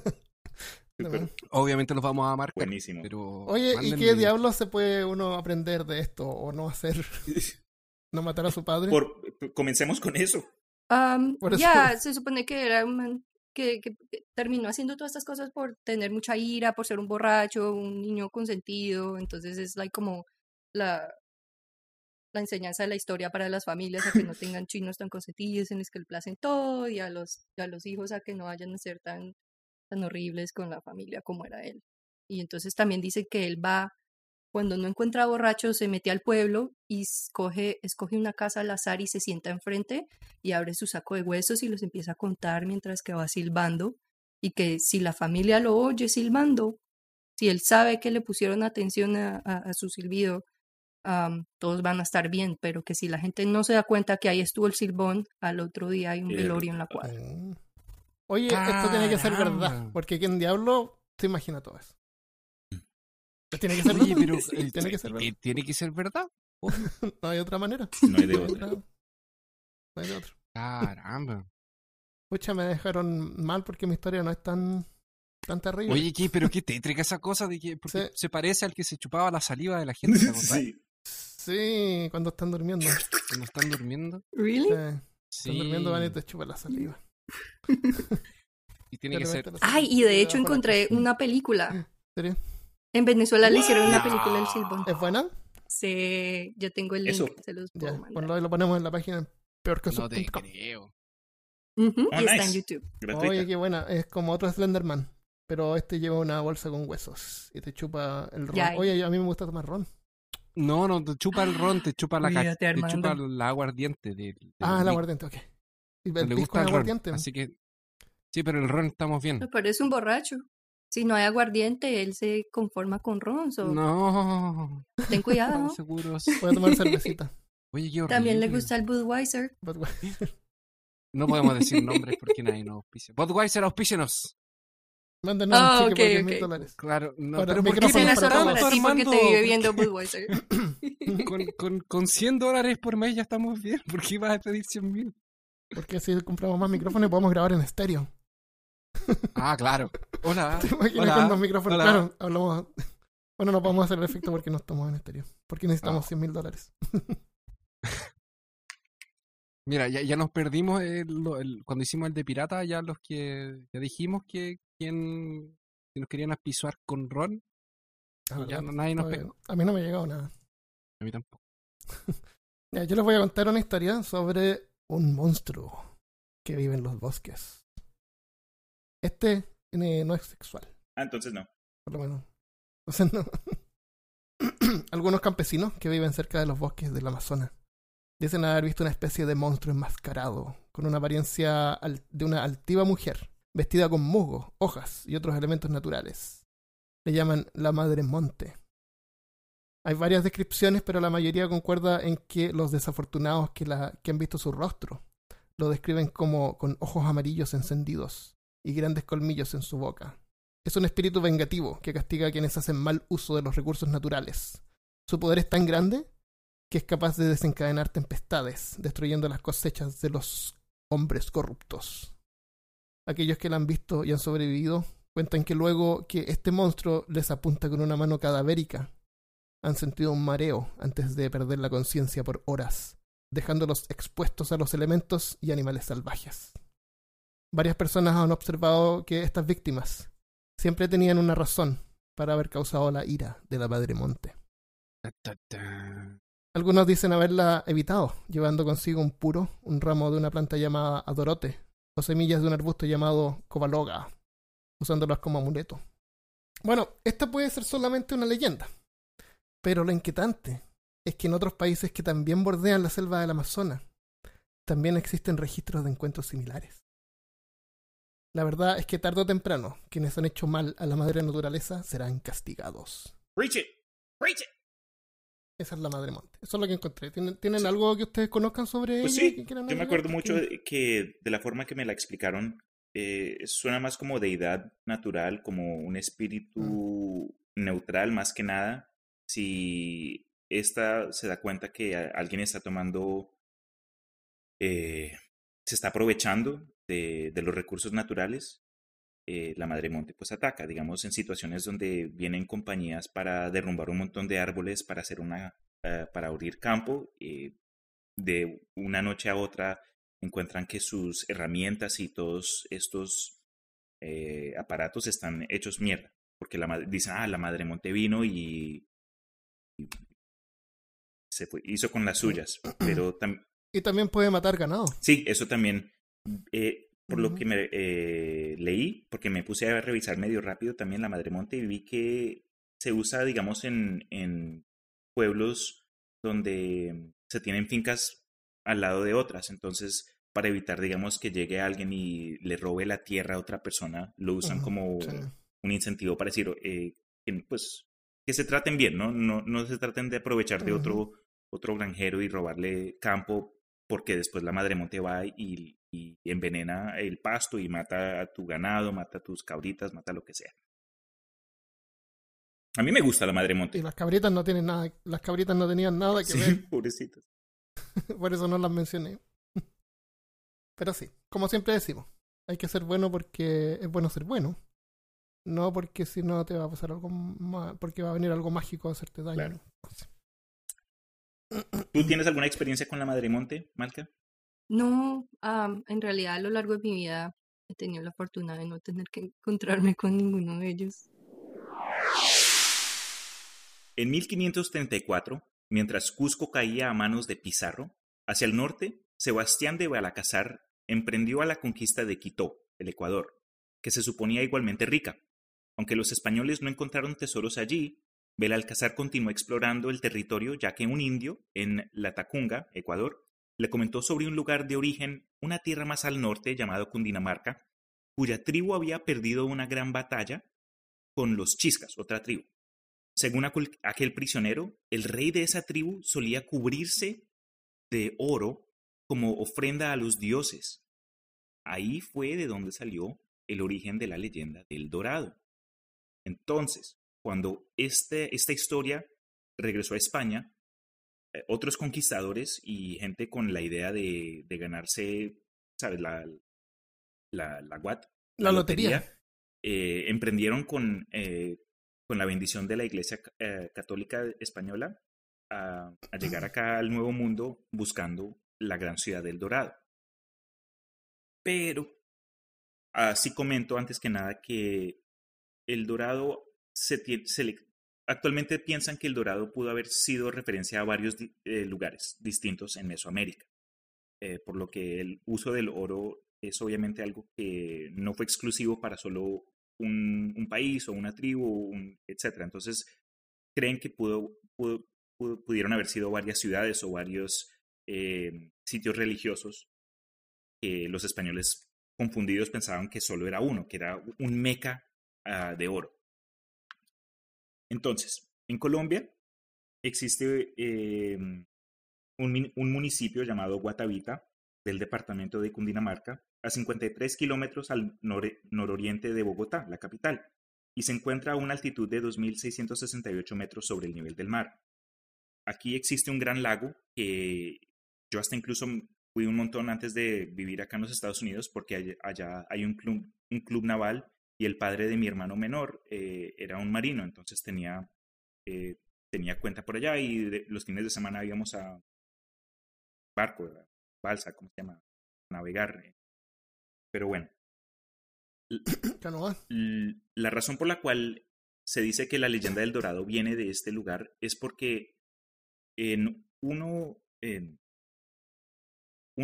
Súper Obviamente los vamos a marcar. buenísimo. Pero Oye, ¿y mándenme- qué diablos se puede uno aprender de esto o no hacer? ¿No matar a su padre? Comencemos con eso. Por eso- Ya, se supone que era un man que terminó haciendo todas estas cosas por tener mucha ira, por ser un borracho, un niño consentido. Entonces es like como la enseñanza de la historia para las familias a que no tengan chinos tan consentidos en los que le placen todo y a los hijos a que no vayan a ser tan horribles con la familia como era él. Y entonces también dice que él va, cuando no encuentra borrachos, se mete al pueblo y escoge una casa al azar y se sienta enfrente y abre su saco de huesos y los empieza a contar mientras que va silbando. Y que si la familia lo oye silbando, si él sabe que le pusieron atención a su silbido, todos van a estar bien, pero que si la gente no se da cuenta que ahí estuvo el silbón, al otro día hay un velorio en la cuadra. Oye, esto tiene que ser verdad, Caramba. porque ¿quién diablo se imagina todo eso? Tiene que ser Oye, verdad. pero Tiene que ser verdad. tiene que ser verdad. No hay otra manera. No hay de otra. No hay de otra. Caramba. Pucha, me dejaron mal porque mi historia no es tan terrible. Oye, pero qué tétrica esa cosa de que porque Sí. se parece al que se chupaba la saliva de la gente, ¿te acordás? Sí. Sí, cuando están durmiendo. Cuando están durmiendo. ¿Really? Sí. Están durmiendo, van y te chupan la saliva. Y tiene que ser. Ay, y de hecho encontré una película. ¿En serio? En Venezuela le hicieron una No. película del silbón. ¿Es buena? Sí, yo tengo el link, Eso. se los puedo Ya, mandar. ponlo y lo ponemos en la página No te peorqueso.com. creo. Ujú, Oh, y está en nice. YouTube. Gratuita. Oye, qué buena. Es como otro Slenderman. Pero este lleva una bolsa con huesos y te chupa el ron. Ya. Oye, a mí me gusta tomar ron. No, te chupa el ron, te chupa la Cuídate, te Armando. chupa la aguardiente Ah, el aguardiente, ok. Y No el le pisco gusta es el ron. aguardiente. Así que. Sí, pero el ron estamos bien. Pero es un borracho. Si no hay aguardiente, él se conforma con ron. So, No. ten cuidado. Estamos seguros. Voy a tomar cervecita. Oye, qué horrible. También le gusta el Budweiser. Budweiser. No podemos decir nombres porque nadie nos auspicia. Budweiser, auspícenos. Mándenos Ah, un cheque ok, por ok. $1000. Claro, no, Para pero ¿por qué micrófonos Cena para solo todos. para ti porque te Armando? vive viendo Budweiser. Con $100 por mes ya estamos bien. ¿Por qué vas a pedir 100.000? Porque si compramos más micrófonos podemos grabar en estéreo. Ah, claro. Hola. ¿Te imaginas Hola, con dos micrófonos? hola. Claro, hablamos. Bueno, no podemos hacer el efecto porque no estamos en estéreo. Porque necesitamos Ah. $100,000. Mira, ya nos perdimos cuando hicimos el de pirata, ya los que ya dijimos que si nos querían aspisuar con ron, Ah, ya ¿verdad? nadie nos Oye, pegó. a mí no me ha llegado nada. A mí tampoco. Ya, yo les voy a contar una historia sobre un monstruo que vive en los bosques. Este no es sexual, Ah, entonces no. por lo menos. Entonces no. Algunos campesinos que viven cerca de los bosques del Amazonas dicen haber visto una especie de monstruo enmascarado, con una apariencia de una altiva mujer, vestida con musgo, hojas y otros elementos naturales. Le llaman la Madre Monte. Hay varias descripciones, pero la mayoría concuerda en que los desafortunados que han visto su rostro lo describen como con ojos amarillos encendidos y grandes colmillos en su boca. Es un espíritu vengativo que castiga a quienes hacen mal uso de los recursos naturales. Su poder es tan grande que es capaz de desencadenar tempestades, destruyendo las cosechas de los hombres corruptos. Aquellos que la han visto y han sobrevivido cuentan que luego que este monstruo les apunta con una mano cadavérica, han sentido un mareo antes de perder la conciencia por horas, dejándolos expuestos a los elementos y animales salvajes. Varias personas han observado que estas víctimas siempre tenían una razón para haber causado la ira de la Madre Monte. Algunos dicen haberla evitado, llevando consigo un ramo de una planta llamada adorote, o semillas de un arbusto llamado covaloga, usándolas como amuleto. Bueno, esta puede ser solamente una leyenda, pero lo inquietante es que en otros países que también bordean la selva del Amazonas, también existen registros de encuentros similares. La verdad es que tarde o temprano, quienes han hecho mal a la madre naturaleza serán castigados. Preach it. Preach it. Esa es la madre monte. Eso es lo que encontré. ¿Tienen algo que ustedes conozcan sobre Pues ella? sí, que quieran yo me agregar? acuerdo mucho de la forma que me la explicaron, suena más como deidad natural, como un espíritu neutral más que nada. Si esta se da cuenta que alguien está tomando, se está aprovechando de los recursos naturales, la madre monte pues ataca, digamos, en situaciones donde vienen compañías para derrumbar un montón de árboles para hacer para abrir campo. De una noche a otra encuentran que sus herramientas y todos estos aparatos están hechos mierda, porque dicen, la madre monte vino y se fue, hizo con las suyas, pero y también puede matar ganado. sí, eso también, por lo que me leí, porque me puse a revisar medio rápido también la madre monte y vi que se usa, digamos, en pueblos donde se tienen fincas al lado de otras. Entonces, para evitar, digamos, que llegue alguien y le robe la tierra a otra persona, lo usan como un incentivo para decir, pues, que se traten bien, ¿no? No se traten de aprovechar de otro granjero y robarle campo, porque después la madre monte va y envenena el pasto y mata a tu ganado, mata a tus cabritas, mata lo que sea. A mí me gusta la madre monte. Y las cabritas no tienen nada, las cabritas no tenían nada que ver. Pobrecitas. Por eso no las mencioné. Pero sí, como siempre decimos, hay que ser bueno porque es bueno ser bueno. No porque si no te va a pasar algo porque va a venir algo mágico a hacerte daño. Claro. ¿Tú tienes alguna experiencia con la madre monte, Malca? No, en realidad a lo largo de mi vida he tenido la fortuna de no tener que encontrarme con ninguno de ellos. En 1534, mientras Cusco caía a manos de Pizarro, hacia el norte, Sebastián de Belalcázar emprendió a la conquista de Quito, el Ecuador, que se suponía igualmente rica. Aunque los españoles no encontraron tesoros allí, Belalcázar continuó explorando el territorio, ya que un indio, en Latacunga, Ecuador, le comentó sobre un lugar de origen, una tierra más al norte llamado Cundinamarca, cuya tribu había perdido una gran batalla con los Chiscas, otra tribu. Según aquel prisionero, el rey de esa tribu solía cubrirse de oro como ofrenda a los dioses. Ahí fue de donde salió el origen de la leyenda del Dorado. Entonces, cuando esta historia regresó a España, otros conquistadores y gente con la idea de ganarse, ¿sabes? La lotería. Emprendieron con la bendición de la Iglesia Católica Española a llegar acá al Nuevo Mundo buscando la gran ciudad del Dorado. Pero, así comento antes que nada que el Dorado actualmente piensan que el Dorado pudo haber sido referencia a varios lugares distintos en Mesoamérica, por lo que el uso del oro es obviamente algo que no fue exclusivo para solo un país o una tribu, etc. Entonces, creen que pudieron haber sido varias ciudades o varios sitios religiosos que los españoles confundidos pensaban que solo era uno, que era un meca de oro. Entonces, en Colombia existe un municipio llamado Guatavita del departamento de Cundinamarca, a 53 kilómetros al nororiente de Bogotá, la capital, y se encuentra a una altitud de 2.668 metros sobre el nivel del mar. Aquí existe un gran lago que yo hasta incluso fui un montón antes de vivir acá en los Estados Unidos, porque allá hay un club naval y el padre de mi hermano menor era un marino, entonces tenía cuenta por allá y los fines de semana íbamos a barco, balsa, ¿cómo se llama? Navegar. Pero bueno. La razón por la cual se dice que la leyenda del Dorado viene de este lugar es porque un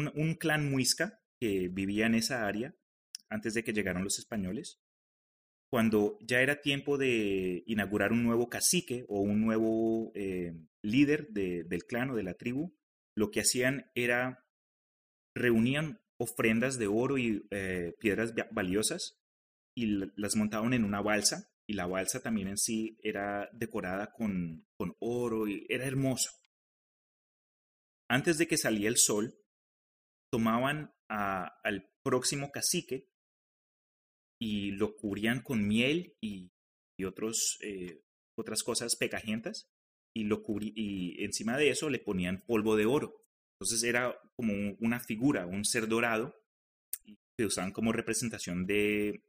clan muisca que vivía en esa área antes de que llegaron los españoles cuando ya era tiempo de inaugurar un nuevo cacique o un nuevo líder del clan o de la tribu, lo que hacían era reunían ofrendas de oro y piedras valiosas y las montaban en una balsa, y la balsa también en sí era decorada con oro y era hermoso. Antes de que salía el sol, tomaban al próximo cacique y lo cubrían con miel y otras cosas pegajentas, y encima de eso le ponían polvo de oro. Entonces era como una figura, un ser dorado, que usaban como representación de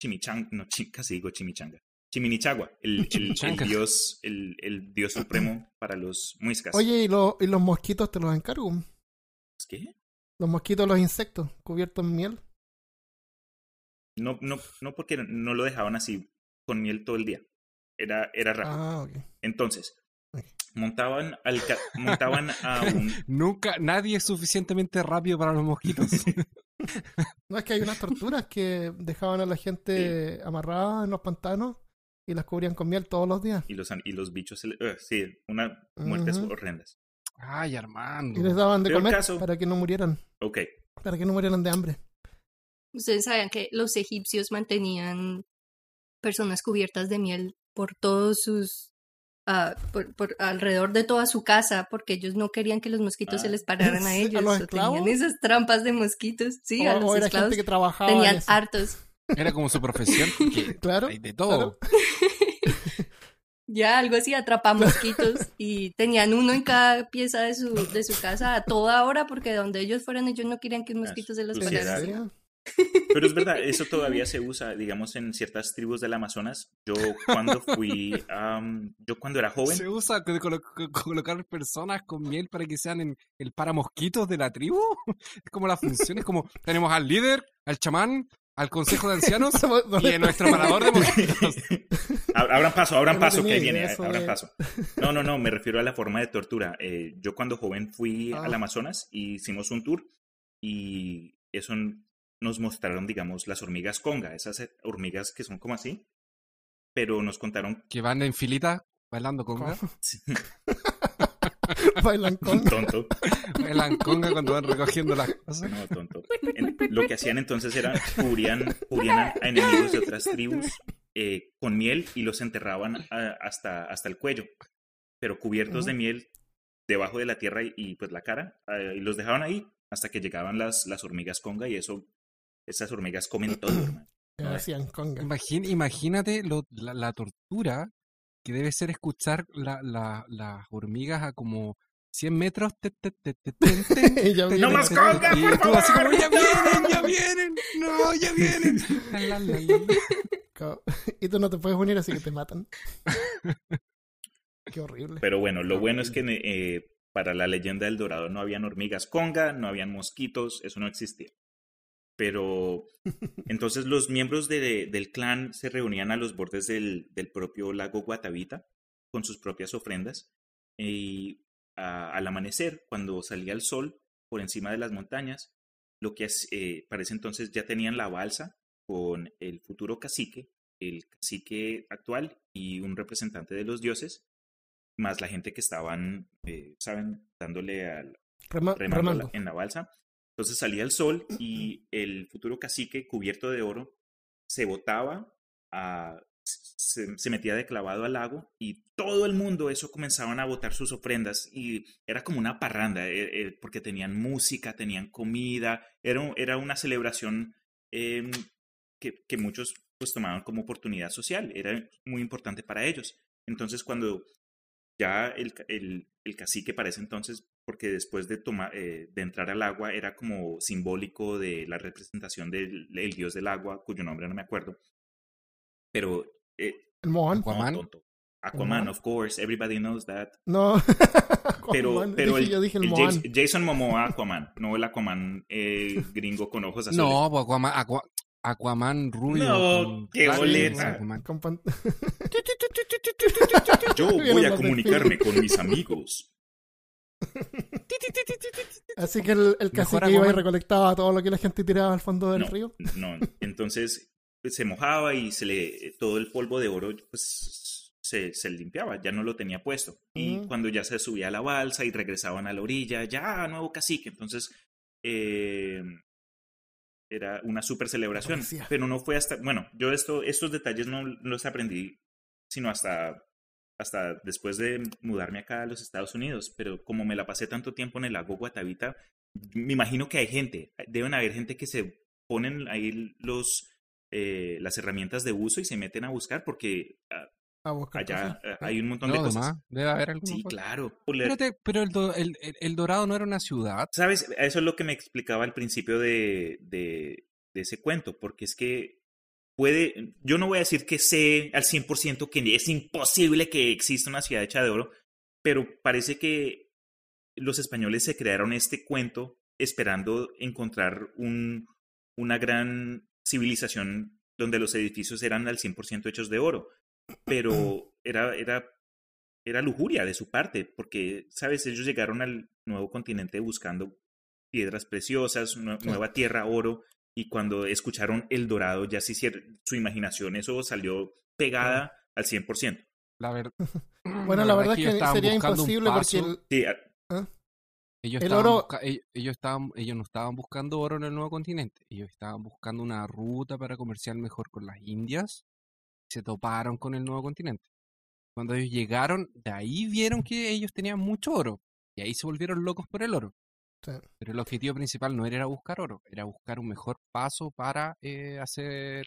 Chiminichagua, el dios supremo para los muiscas. Oye, ¿y los mosquitos te los encargo? ¿Qué? Los mosquitos, los insectos, cubiertos en miel. No, porque no lo dejaban así con miel todo el día. Era rápido. Ah, ok. Entonces, montaban a un... Nunca, nadie es suficientemente rápido para los mosquitos. No, es que hay unas torturas que dejaban a la gente amarrada en los pantanos y las cubrían con miel todos los días. Y los bichos, sí, unas muertes horrendas. Ay, Armando. Y les daban de Peor comer caso. para que no murieran. Ok. Para que no murieran de hambre. Ustedes sabían que los egipcios mantenían personas cubiertas de miel por todos sus... por alrededor de toda su casa, porque ellos no querían que los mosquitos se les pararan a ellos. ¿A los o esclavos? tenían esas trampas de mosquitos. Sí, a O los era esclavos gente que trabajaba tenían en eso. hartos. Era como su profesión. Porque Claro. hay de todo. Claro. Ya, algo así, atrapa mosquitos. Y tenían uno en cada pieza de su casa a toda hora, porque donde ellos fueran, ellos no querían que un mosquito se les pues, ¿En parara. sí, serio? Pero es verdad, eso todavía se usa, digamos, en ciertas tribus del Amazonas. Yo cuando era joven, ¿Se usa colocar personas con miel para que sean el paramosquitos de la tribu? Es como la función, es como tenemos al líder, al chamán, al consejo de ancianos y a nuestro parador de mosquitos. abran paso, No que ahí tenía viene, idea eso abran de- paso. No, me refiero a la forma de tortura. Yo cuando joven fui Ah. al Amazonas y hicimos un tour, y eso nos mostraron, digamos, las hormigas conga, esas hormigas que son como así, pero nos contaron... Que van en filita bailando conga. Bailan con... Tonto. Bailan conga cuando van recogiendo las cosas. No, tonto. Lo que hacían entonces era cubrían a enemigos de otras tribus con miel y los enterraban hasta el cuello, pero cubiertos de miel debajo de la tierra y pues la cara, y los dejaban ahí hasta que llegaban las hormigas conga, y esas hormigas comen todo, hermano. Hacían conga. Imagínate la tortura que debe ser escuchar las hormigas a como 100 metros. Ya ¡No más conga, Y por tú así como, favor! ya vienen, no, ya vienen. La, la, la, la. Y tú no te puedes unir, así que te matan. Qué horrible. Pero bueno, lo bueno es que para la leyenda del Dorado no habían hormigas conga, no habían mosquitos, eso no existía. Pero entonces los miembros del clan se reunían a los bordes del propio lago Guatavita con sus propias ofrendas, y al amanecer, cuando salía el sol por encima de las montañas, lo que parece entonces ya tenían la balsa con el futuro cacique, el cacique actual y un representante de los dioses, más la gente que estaban, ¿saben?, dándole remando en la balsa. Entonces salía el sol y el futuro cacique, cubierto de oro, se botaba, se metía de clavado al lago, y todo el mundo eso comenzaban a botar sus ofrendas, y era como una parranda, porque tenían música, tenían comida, era una celebración que muchos pues tomaban como oportunidad social, era muy importante para ellos. Entonces cuando ya el cacique para ese entonces, porque después de entrar al agua era como simbólico de la representación del dios del agua, cuyo nombre no me acuerdo, pero El Moan. Aquaman. no, tonto. Aquaman, of course, everybody knows that. No. Pero Yo dije el Moan. Jason Momoa Aquaman, no el Aquaman gringo con ojos azules. No, pues Aquaman rubio. No, qué boleta. Aquaman. Con pan- Yo voy Vieron a los comunicarme con mis amigos. Así que el cacique iba y Aquaman. recolectaba todo lo que la gente tiraba al fondo del río. No, entonces se mojaba y todo el polvo de oro pues se limpiaba, ya no lo tenía puesto. Y cuando ya se subía a la balsa y regresaban a la orilla, ya nuevo cacique. Entonces era una súper celebración. Pero no fue hasta, bueno, yo estos detalles no los aprendí sino hasta después de mudarme acá a los Estados Unidos. Pero como me la pasé tanto tiempo en el lago Guatavita, me imagino que deben haber gente que se ponen ahí las herramientas de buzo y se meten a buscar porque allá hay un montón de cosas. Debe haber alguna Sí, cosa. claro. Pero el Dorado no era una ciudad. ¿Sabes? Eso es lo que me explicaba al principio de ese cuento, porque es que yo no voy a decir que sé al 100% que es imposible que exista una ciudad hecha de oro, pero parece que los españoles se crearon este cuento esperando encontrar una gran civilización donde los edificios eran al 100% hechos de oro. Pero era lujuria de su parte, porque, ¿sabes? Ellos llegaron al nuevo continente buscando piedras preciosas, nueva tierra, oro, y cuando escucharon El Dorado, ya su imaginación, eso salió pegada al 100%. Bueno, la verdad es que sería imposible porque... Ellos no estaban buscando oro en el nuevo continente, ellos estaban buscando una ruta para comerciar mejor con las Indias, se toparon con el nuevo continente. Cuando ellos llegaron, de ahí vieron que ellos tenían mucho oro, y ahí se volvieron locos por el oro. Sí. Pero el objetivo principal no era buscar oro, era buscar un mejor paso para hacer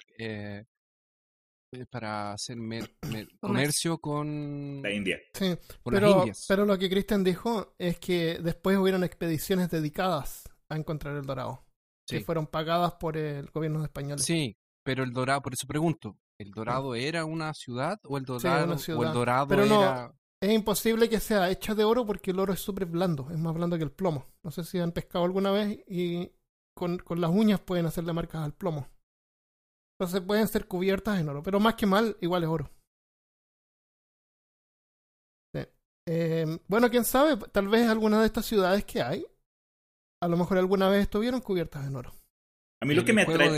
comercio con la India. Sí, con las Indias. Pero lo que Cristian dijo es que después hubieron expediciones dedicadas a encontrar el Dorado, que fueron pagadas por el gobierno español. Sí, pero el Dorado, por eso pregunto, ¿el Dorado era una ciudad o el Dorado, una ciudad. O el Dorado pero era...? Es imposible que sea hecha de oro porque el oro es súper blando, es más blando que el plomo. No sé si han pescado alguna vez y con las uñas pueden hacerle marcas al plomo. Entonces pueden ser cubiertas en oro, pero más que mal, igual es oro. Sí. Bueno, quién sabe, tal vez alguna de estas ciudades que hay, a lo mejor alguna vez estuvieron cubiertas en oro. A mí lo que me atrae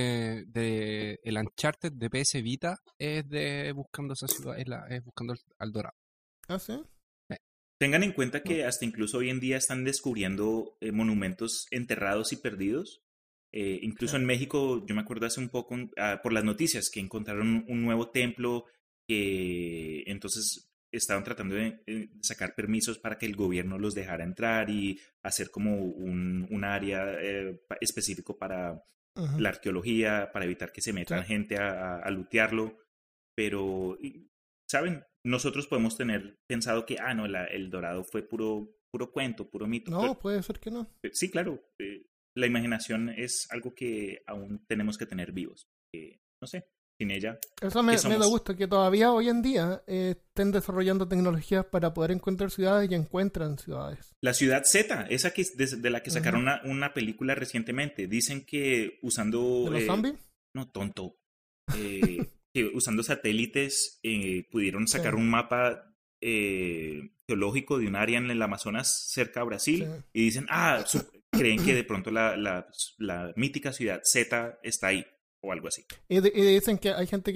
de el Uncharted de PS Vita es de buscando esa ciudad, es buscando al Dorado. ¿Ah, sí? Tengan en cuenta que hasta incluso hoy en día están descubriendo monumentos enterrados y perdidos. Incluso en México, yo me acuerdo hace un poco por las noticias que encontraron un nuevo templo que entonces estaban tratando de sacar permisos para que el gobierno los dejara entrar y hacer como un área específico para la arqueología, para evitar que se metan gente a lootearlo. Pero, ¿saben? Nosotros podemos tener pensado que, no, el Dorado fue puro cuento, puro mito. No, pero puede ser que no. Sí, claro. La imaginación es algo que aún tenemos que tener vivos. No sé, sin ella... Eso me da gusto, que todavía hoy en día estén desarrollando tecnologías para poder encontrar ciudades y encuentran ciudades. La ciudad Z, esa que de la que sacaron una película recientemente, dicen que usando... ¿De los zombies? No, tonto. Que usando satélites pudieron sacar un mapa geológico de un área en el Amazonas cerca a Brasil y dicen, creen que de pronto la mítica ciudad Z está ahí o algo así. Y dicen que hay gente que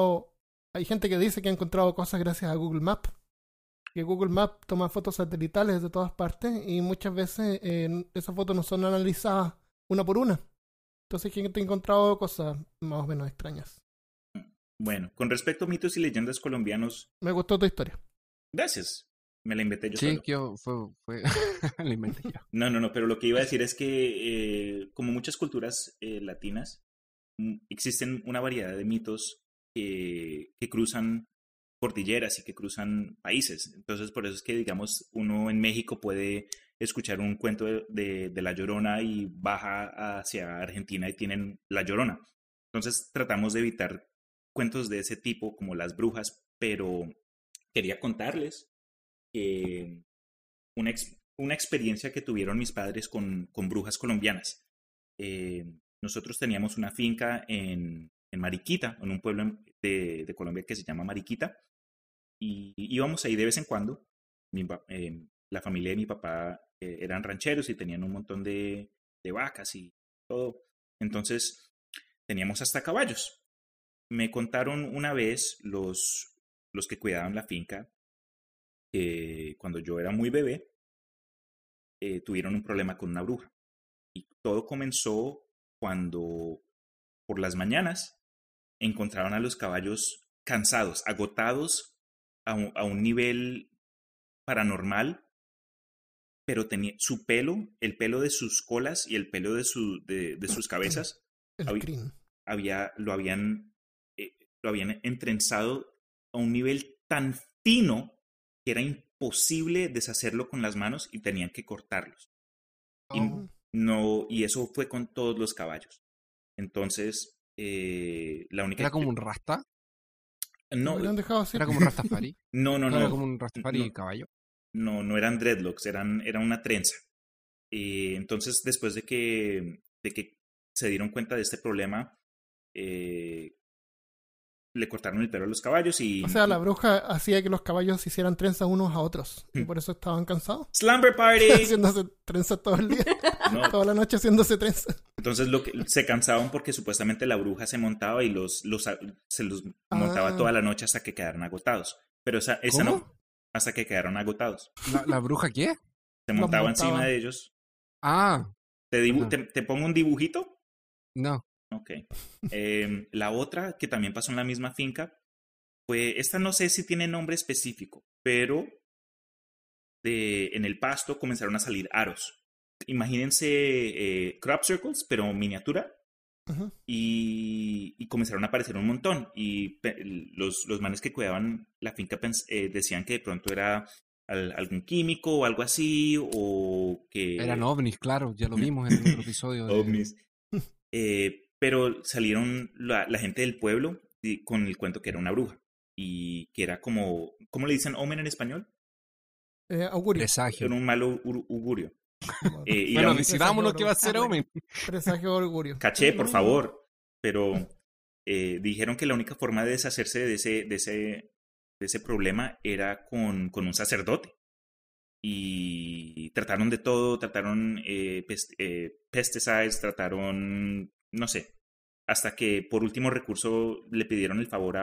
dice que ha encontrado cosas gracias a Google Maps. Que Google Maps toma fotos satelitales de todas partes y muchas veces esas fotos no son analizadas una por una. Entonces hay gente que ha encontrado cosas más o menos extrañas. Bueno, con respecto a mitos y leyendas colombianos... Me gustó tu historia. Gracias. Me la inventé yo solo. Sí, fue la inventé yo. No, pero lo que iba a decir es que como muchas culturas latinas, existen una variedad de mitos que cruzan cordilleras y que cruzan países. Entonces, por eso es que, digamos, uno en México puede escuchar un cuento de La Llorona y baja hacia Argentina y tienen La Llorona. Entonces, tratamos de evitar cuentos de ese tipo como las brujas, pero quería contarles una experiencia que tuvieron mis padres con brujas colombianas. Nosotros teníamos una finca en Mariquita, en un pueblo de Colombia que se llama Mariquita, y íbamos ahí de vez en cuando. La familia de mi papá eran rancheros y tenían un montón de vacas y todo. Entonces teníamos hasta caballos. me contaron una vez los que cuidaban la finca, que cuando yo era muy bebé, tuvieron un problema con una bruja. Y todo comenzó cuando por las mañanas encontraron a los caballos cansados, agotados a un nivel paranormal, pero tenía su pelo, el pelo de sus colas y el pelo de sus cabezas lo habían entrenzado a un nivel tan fino que era imposible deshacerlo con las manos y tenían que cortarlos. Y eso fue con todos los caballos. Entonces, la única... ¿Era como un rasta? No, ¿Era como un rastafari? No. ¿Era como un rastafari caballo? No eran dreadlocks, era una trenza. Entonces, después de que se dieron cuenta de este problema, le cortaron el pelo a los caballos y... O sea, la bruja hacía que los caballos hicieran trenzas unos a otros. Y por eso estaban cansados. ¡Slumber party! Haciéndose trenzas todo el día. No. Toda la noche haciéndose trenzas. Entonces se cansaban porque supuestamente la bruja se montaba y se los montaba toda la noche hasta que quedaron agotados. Pero esa no, hasta que quedaron agotados. ¿La bruja qué? Se montaba encima de ellos. ¿Te pongo un dibujito? No. Ok. La otra, que también pasó en la misma finca, esta no sé si tiene nombre específico, pero en el pasto comenzaron a salir aros. Imagínense crop circles, pero miniatura. Uh-huh. Y comenzaron a aparecer un montón. Y los manes que cuidaban la finca decían que de pronto era algún químico o algo así, o que... Eran ovnis, claro, ya lo vimos en otro episodio. Ovnis. Pero salieron la gente del pueblo con el cuento que era una bruja. Y que era como... ¿Cómo le dicen omen en español? Augurio. Presagio. Era un malo augurio. Bueno, decidámonos que va a ser omen. Presagio o augurio. Caché, por favor. Pero dijeron que la única forma de deshacerse de ese problema era con un sacerdote. Y trataron de todo, trataron pesticides, trataron, no sé, hasta que por último recurso le pidieron el favor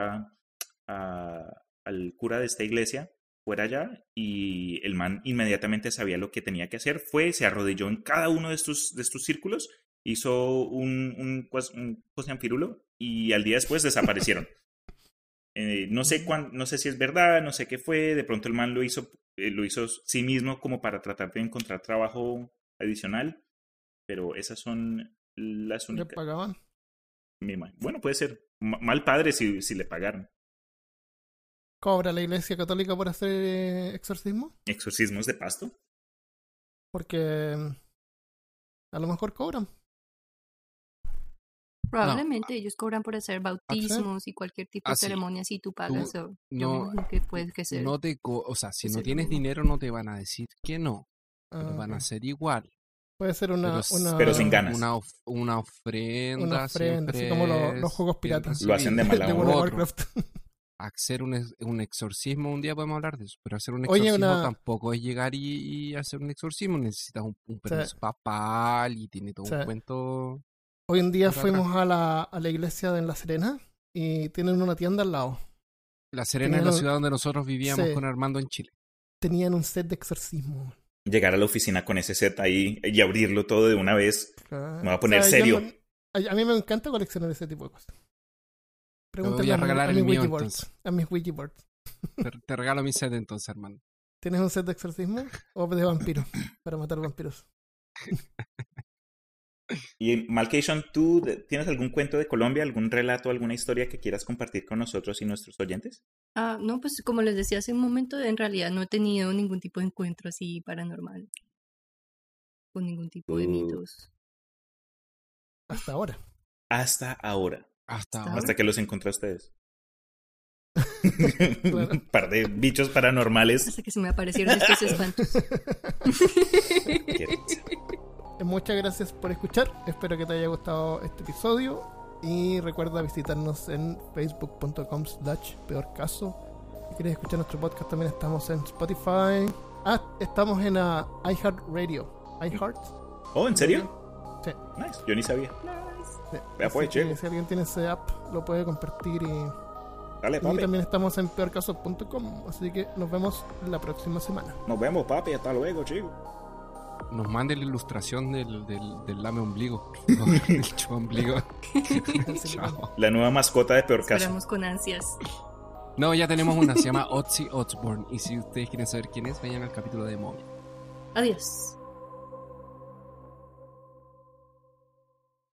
al cura de esta iglesia, fuera allá, y el man inmediatamente sabía lo que tenía que hacer, se arrodilló en cada uno de estos círculos, hizo un Firulo, y al día después desaparecieron. No sé si es verdad, no sé qué fue, de pronto el man lo hizo sí mismo como para tratar de encontrar trabajo adicional, pero esas son las únicas. ¿Le pagaban? Bueno, puede ser mal padre si le pagaron. ¿Cobra la Iglesia Católica por hacer exorcismo? ¿Exorcismos de pasto? Porque a lo mejor cobran. Probablemente ellos cobran por hacer bautismos y cualquier tipo de ceremonia si tú pagas. Yo me imagino que puede que sea. O sea, si no tienes dinero no te van a decir que no. Pero van a hacer igual. Puede ser pero sin ganas. Una ofrenda. Una ofrenda, así como los juegos piratas. Lo hacen de mala onda. Hacer un exorcismo, un día podemos hablar de eso, pero hacer un exorcismo tampoco es llegar y hacer un exorcismo. Necesitas un permiso papal y tiene todo un cuento. Hoy en día fuimos a la iglesia de La Serena y tienen una tienda al lado. La Serena es la ciudad donde nosotros vivíamos con Armando en Chile. Tenían un set de exorcismo. Llegar a la oficina con ese set ahí y abrirlo todo de una vez. Me va a poner serio. A mí me encanta coleccionar ese tipo de cosas. Pregúntale voy a regalar el mío, a mis Wikiboards. Te regalo mi set entonces, Armando. ¿Tienes un set de exorcismo o de vampiros? Para matar vampiros. Y Malcation, ¿tú tienes algún cuento de Colombia, algún relato, alguna historia que quieras compartir con nosotros y nuestros oyentes? No, pues como les decía hace un momento, en realidad no he tenido ningún tipo de encuentro así paranormal. Con ningún tipo de mitos. Hasta ahora. Hasta que los encontré a ustedes. Claro. Un par de bichos paranormales. Hasta que se me aparecieron estos espantos. Muchas gracias por escuchar. Espero que te haya gustado este episodio. Y recuerda visitarnos en facebook.com/peorcaso. Si quieres escuchar nuestro podcast, también estamos en Spotify. Estamos en iHeartRadio. ¿iHeart? Oh, ¿en serio? Sí. Nice, yo ni sabía. Nice. Vea pues, Así que chico. si alguien tiene ese app, lo puede compartir. Dale, Y papi. también estamos en peorcaso.com. Así que nos vemos la próxima semana. Nos vemos, papi. Hasta luego, chico. Nos mande la ilustración del lame ombligo. Del chupa ombligo. Chao. La nueva mascota de Peor Caso. Esperamos con ansias. No, ya tenemos una, se llama Ozzy Osbourne. Y si ustedes quieren saber quién es, vayan al capítulo de móvil. Adiós.